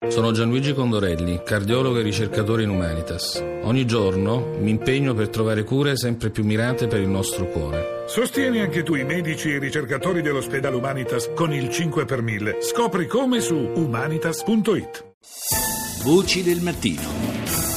Sono Gianluigi Condorelli, cardiologo e ricercatore in Humanitas. Ogni giorno mi impegno per trovare cure sempre più mirate per il nostro cuore. Sostieni anche tu i medici e i ricercatori dell'ospedale Humanitas con il 5 per 1000. Scopri come su humanitas.it. Voci del mattino.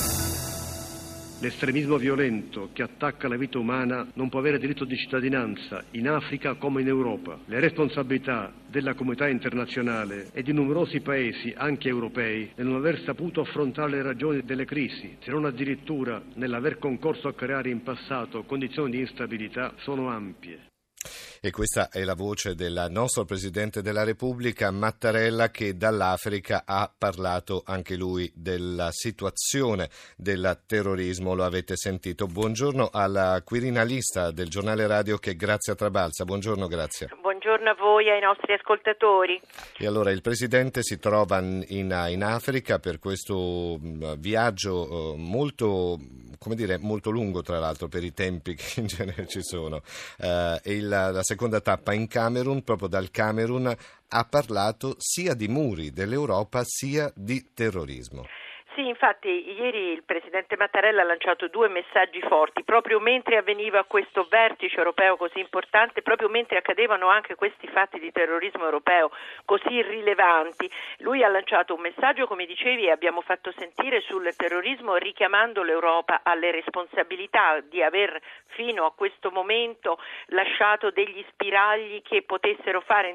L'estremismo violento che attacca la vita umana non può avere diritto di cittadinanza in Africa come in Europa. Le responsabilità della comunità internazionale e di numerosi paesi, anche europei, nel non aver saputo affrontare le ragioni delle crisi, se non addirittura nell'aver concorso a creare in passato condizioni di instabilità, sono ampie. E questa è la voce del nostro Presidente della Repubblica, Mattarella, che dall'Africa ha parlato anche lui della situazione del terrorismo, lo avete sentito. Buongiorno alla Quirinalista del giornale radio che è Grazia Trabalza. Buongiorno, Grazia. Buongiorno a voi e ai nostri ascoltatori. E allora il Presidente si trova in Africa per questo viaggio molto lungo, tra l'altro, per i tempi che in genere ci sono. La seconda tappa in Camerun, proprio dal Camerun ha parlato sia di muri dell'Europa sia di terrorismo. Sì, infatti ieri il Presidente Mattarella ha lanciato due messaggi forti, proprio mentre avveniva questo vertice europeo così importante, proprio mentre accadevano anche questi fatti di terrorismo europeo così rilevanti. Lui ha lanciato un messaggio, come dicevi, e abbiamo fatto sentire sul terrorismo, richiamando l'Europa alle responsabilità di aver fino a questo momento lasciato degli spiragli che potessero far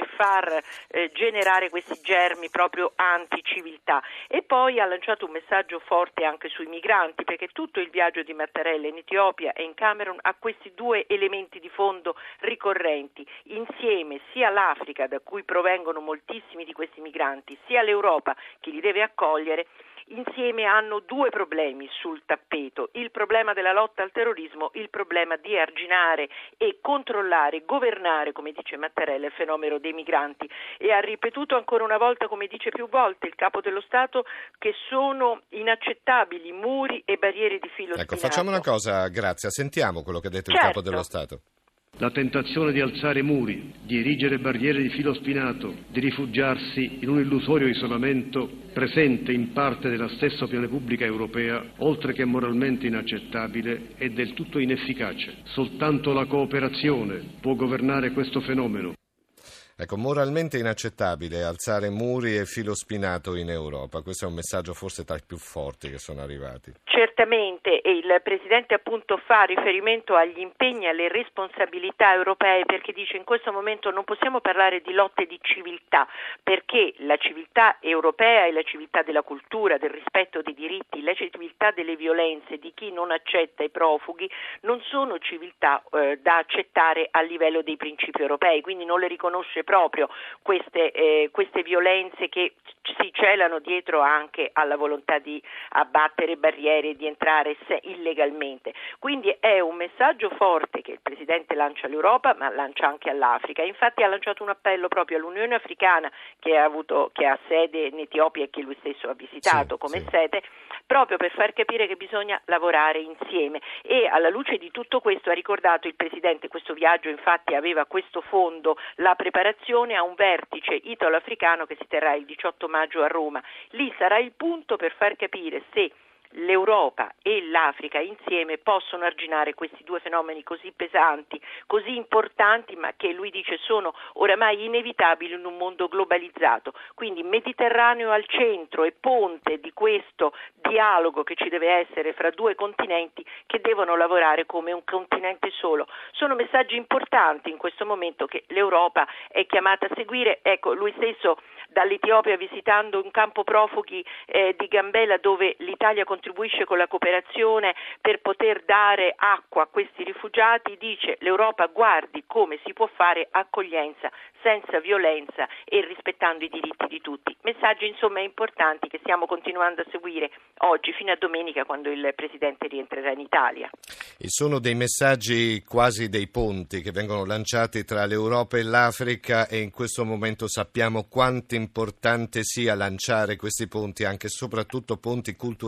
generare questi germi proprio anti-civiltà. E poi ha lanciato un messaggio forte anche sui migranti, perché tutto il viaggio di Mattarella in Etiopia e in Camerun ha questi due elementi di fondo ricorrenti. Insieme sia l'Africa, da cui provengono moltissimi di questi migranti, sia l'Europa che li deve accogliere, insieme hanno due problemi sul tappeto: il problema della lotta al terrorismo, il problema di arginare e controllare, governare, come dice Mattarella, il fenomeno dei migranti. E ha ripetuto ancora una volta, come dice più volte il Capo dello Stato, che sono inaccettabili muri e barriere di filo spinato. Ecco, facciamo una cosa, Grazia, sentiamo quello che ha detto il Capo dello Stato. La tentazione di alzare muri, di erigere barriere di filo spinato, di rifugiarsi in un illusorio isolamento presente in parte della stessa opinione pubblica europea, oltre che moralmente inaccettabile, è del tutto inefficace. Soltanto la cooperazione può governare questo fenomeno. Ecco, moralmente inaccettabile alzare muri e filo spinato in Europa. Questo è un messaggio forse tra i più forti che sono arrivati. Certamente, e il Presidente appunto fa riferimento agli impegni, alle responsabilità europee, perché dice: in questo momento non possiamo parlare di lotte di civiltà, perché la civiltà europea è la civiltà della cultura, del rispetto dei diritti, la civiltà delle violenze, di chi non accetta i profughi, non sono civiltà da accettare a livello dei principi europei, quindi non le riconosce proprio queste violenze che si celano dietro anche alla volontà di abbattere barriere, di entrare illegalmente. Quindi è un messaggio forte che il Presidente lancia all'Europa, ma lancia anche all'Africa. Infatti ha lanciato un appello proprio all'Unione Africana, che ha sede in Etiopia e che lui stesso ha visitato sede, proprio per far capire che bisogna lavorare insieme. E alla luce di tutto questo ha ricordato il Presidente, questo viaggio infatti aveva questo fondo, la preparazione a un vertice italo-africano che si terrà il 18 maggio a Roma. Lì sarà il punto per far capire se l'Europa e l'Africa insieme possono arginare questi due fenomeni così pesanti, così importanti, ma che lui dice sono oramai inevitabili in un mondo globalizzato. Quindi Mediterraneo al centro e ponte di questo dialogo che ci deve essere fra due continenti che devono lavorare come un continente solo. Sono messaggi importanti in questo momento che l'Europa è chiamata a seguire. Ecco, lui stesso dall'Etiopia, visitando un campo profughi di Gambela, dove l'Italia contribuisce con la cooperazione per poter dare acqua a questi rifugiati, dice: l'Europa guardi come si può fare accoglienza senza violenza e rispettando i diritti di tutti. Messaggi insomma importanti che stiamo continuando a seguire oggi fino a domenica, quando il Presidente rientrerà in Italia. E sono dei messaggi, quasi dei ponti, che vengono lanciati tra l'Europa e l'Africa, e in questo momento sappiamo quanto importante sia lanciare questi ponti, anche e soprattutto ponti culturali e di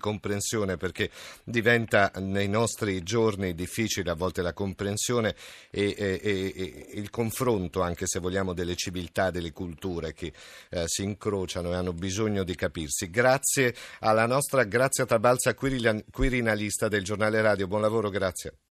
comprensione, perché diventa nei nostri giorni difficile a volte la comprensione e il confronto, anche se vogliamo, delle civiltà, delle culture che si incrociano e hanno bisogno di capirsi. Grazie alla nostra Grazia Tabalza, quirinalista del Giornale Radio. Buon lavoro, grazie.